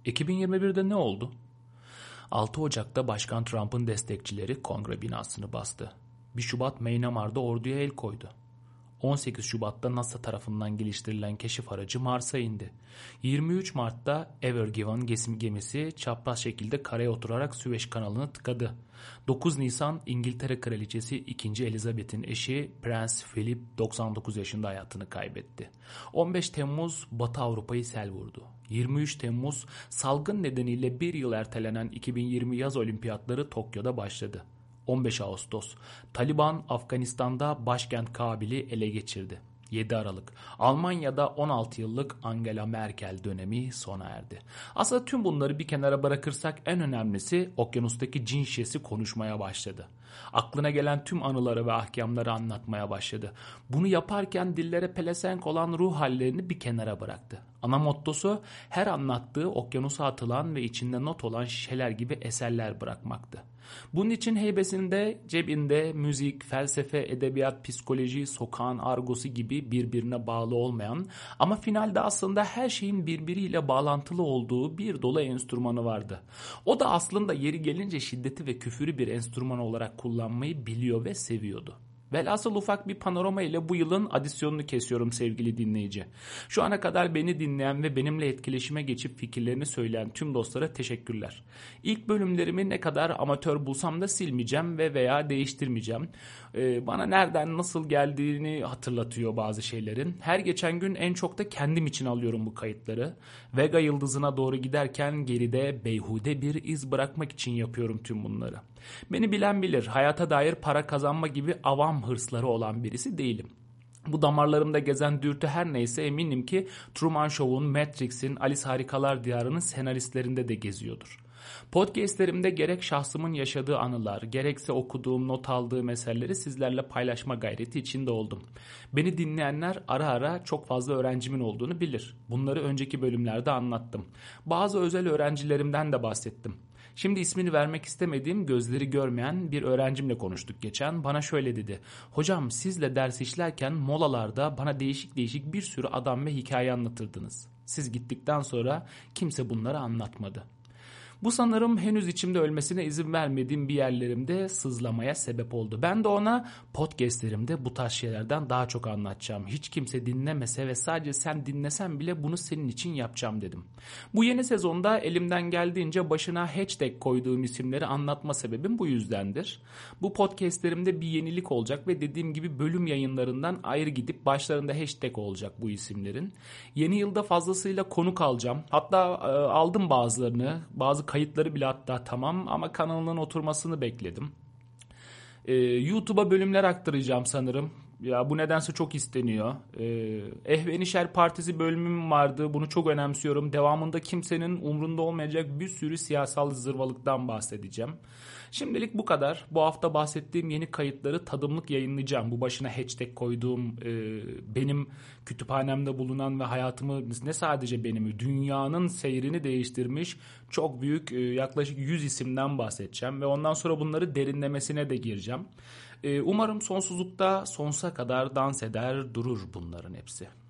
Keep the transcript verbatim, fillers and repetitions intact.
iki bin yirmi birde ne oldu? altı Ocak'ta Başkan Trump'ın destekçileri Kongre binasını bastı. bir Şubat Myanmar'da orduya el koydu. on sekiz Şubat'ta NASA tarafından geliştirilen keşif aracı Mars'a indi. yirmi üç Mart'ta Ever Given gemisi çapraz şekilde karaya oturarak Süveyş kanalını tıkadı. dokuz Nisan İngiltere Kraliçesi ikinci. Elizabeth'in eşi Prens Philip doksan dokuz yaşında hayatını kaybetti. on beş Temmuz Batı Avrupa'yı sel vurdu. yirmi üç Temmuz salgın nedeniyle bir yıl ertelenen iki bin yirmi yaz olimpiyatları Tokyo'da başladı. on beş Ağustos Taliban Afganistan'da başkent Kabil'i ele geçirdi. yedi Aralık Almanya'da on altı yıllık Angela Merkel dönemi sona erdi. Aslında tüm bunları bir kenara bırakırsak en önemlisi okyanustaki cin şişesi konuşmaya başladı. Aklına gelen tüm anıları ve ahkamları anlatmaya başladı. Bunu yaparken dillere pelesenk olan ruh hallerini bir kenara bıraktı. Ana mottosu her anlattığı okyanusa atılan ve içinde not olan şişeler gibi eserler bırakmaktı. Bunun için heybesinde, cebinde müzik, felsefe, edebiyat, psikoloji, sokağın argosu gibi birbirine bağlı olmayan ama finalde aslında her şeyin birbiriyle bağlantılı olduğu bir dolu enstrümanı vardı. O da aslında yeri gelince şiddeti ve küfürü bir enstrüman olarak kullanmayı biliyor ve seviyordu. Velhasıl ufak bir panorama ile bu yılın adisyonunu kesiyorum sevgili dinleyici. Şu ana kadar beni dinleyen ve benimle etkileşime geçip fikirlerini söyleyen tüm dostlara teşekkürler. İlk bölümlerimi ne kadar amatör bulsam da silmeyeceğim ve veya değiştirmeyeceğim. Ee, bana nereden nasıl geldiğini hatırlatıyor bazı şeylerin. Her geçen gün en çok da kendim için alıyorum bu kayıtları. Vega yıldızına doğru giderken geride beyhude bir iz bırakmak için yapıyorum tüm bunları. Beni bilen bilir, hayata dair para kazanma gibi avam hırsları olan birisi değilim. Bu damarlarımda gezen dürtü her neyse eminim ki Truman Show'un, Matrix'in, Alice Harikalar Diyarı'nın senaristlerinde de geziyordur. Podcastlerimde gerek şahsımın yaşadığı anılar, gerekse okuduğum, not aldığım eserleri sizlerle paylaşma gayreti içinde oldum. Beni dinleyenler ara ara çok fazla öğrencimin olduğunu bilir. Bunları önceki bölümlerde anlattım. Bazı özel öğrencilerimden de bahsettim. Şimdi ismini vermek istemediğim, gözleri görmeyen bir öğrencimle konuştuk geçen. Bana şöyle dedi. Hocam, sizle ders işlerken molalarda bana değişik değişik bir sürü adam ve hikaye anlatırdınız. Siz gittikten sonra kimse bunları anlatmadı. Bu sanırım henüz içimde ölmesine izin vermediğim bir yerlerimde sızlamaya sebep oldu. Ben de ona podcastlerimde bu tarz şeylerden daha çok anlatacağım. Hiç kimse dinlemese ve sadece sen dinlesen bile bunu senin için yapacağım dedim. Bu yeni sezonda elimden geldiğince başına hashtag koyduğum isimleri anlatma sebebim bu yüzdendir. Bu podcastlerimde bir yenilik olacak ve dediğim gibi bölüm yayınlarından ayrı gidip başlarında hashtag olacak bu isimlerin. Yeni yılda fazlasıyla konuk alacağım. Hatta e, aldım bazılarını, bazı kayıtları bile hatta tamam ama kanalının oturmasını bekledim. Ee, YouTube'a bölümler aktaracağım sanırım. Ya bu nedense çok isteniyor. Ee, Ehvenişer Partisi bölümüm vardı. Bunu çok önemsiyorum. Devamında kimsenin umrunda olmayacak bir sürü siyasal zırvalıktan bahsedeceğim. Şimdilik bu kadar. Bu hafta bahsettiğim yeni kayıtları tadımlık yayınlayacağım. Bu başına hashtag koyduğum e, benim kütüphanemde bulunan ve hayatımı ne sadece benimi dünyanın seyrini değiştirmiş çok büyük e, yaklaşık yüz isimden bahsedeceğim. Ve ondan sonra bunları derinlemesine de gireceğim. E, umarım sonsuzlukta sonsuza kadar dans eder durur bunların hepsi.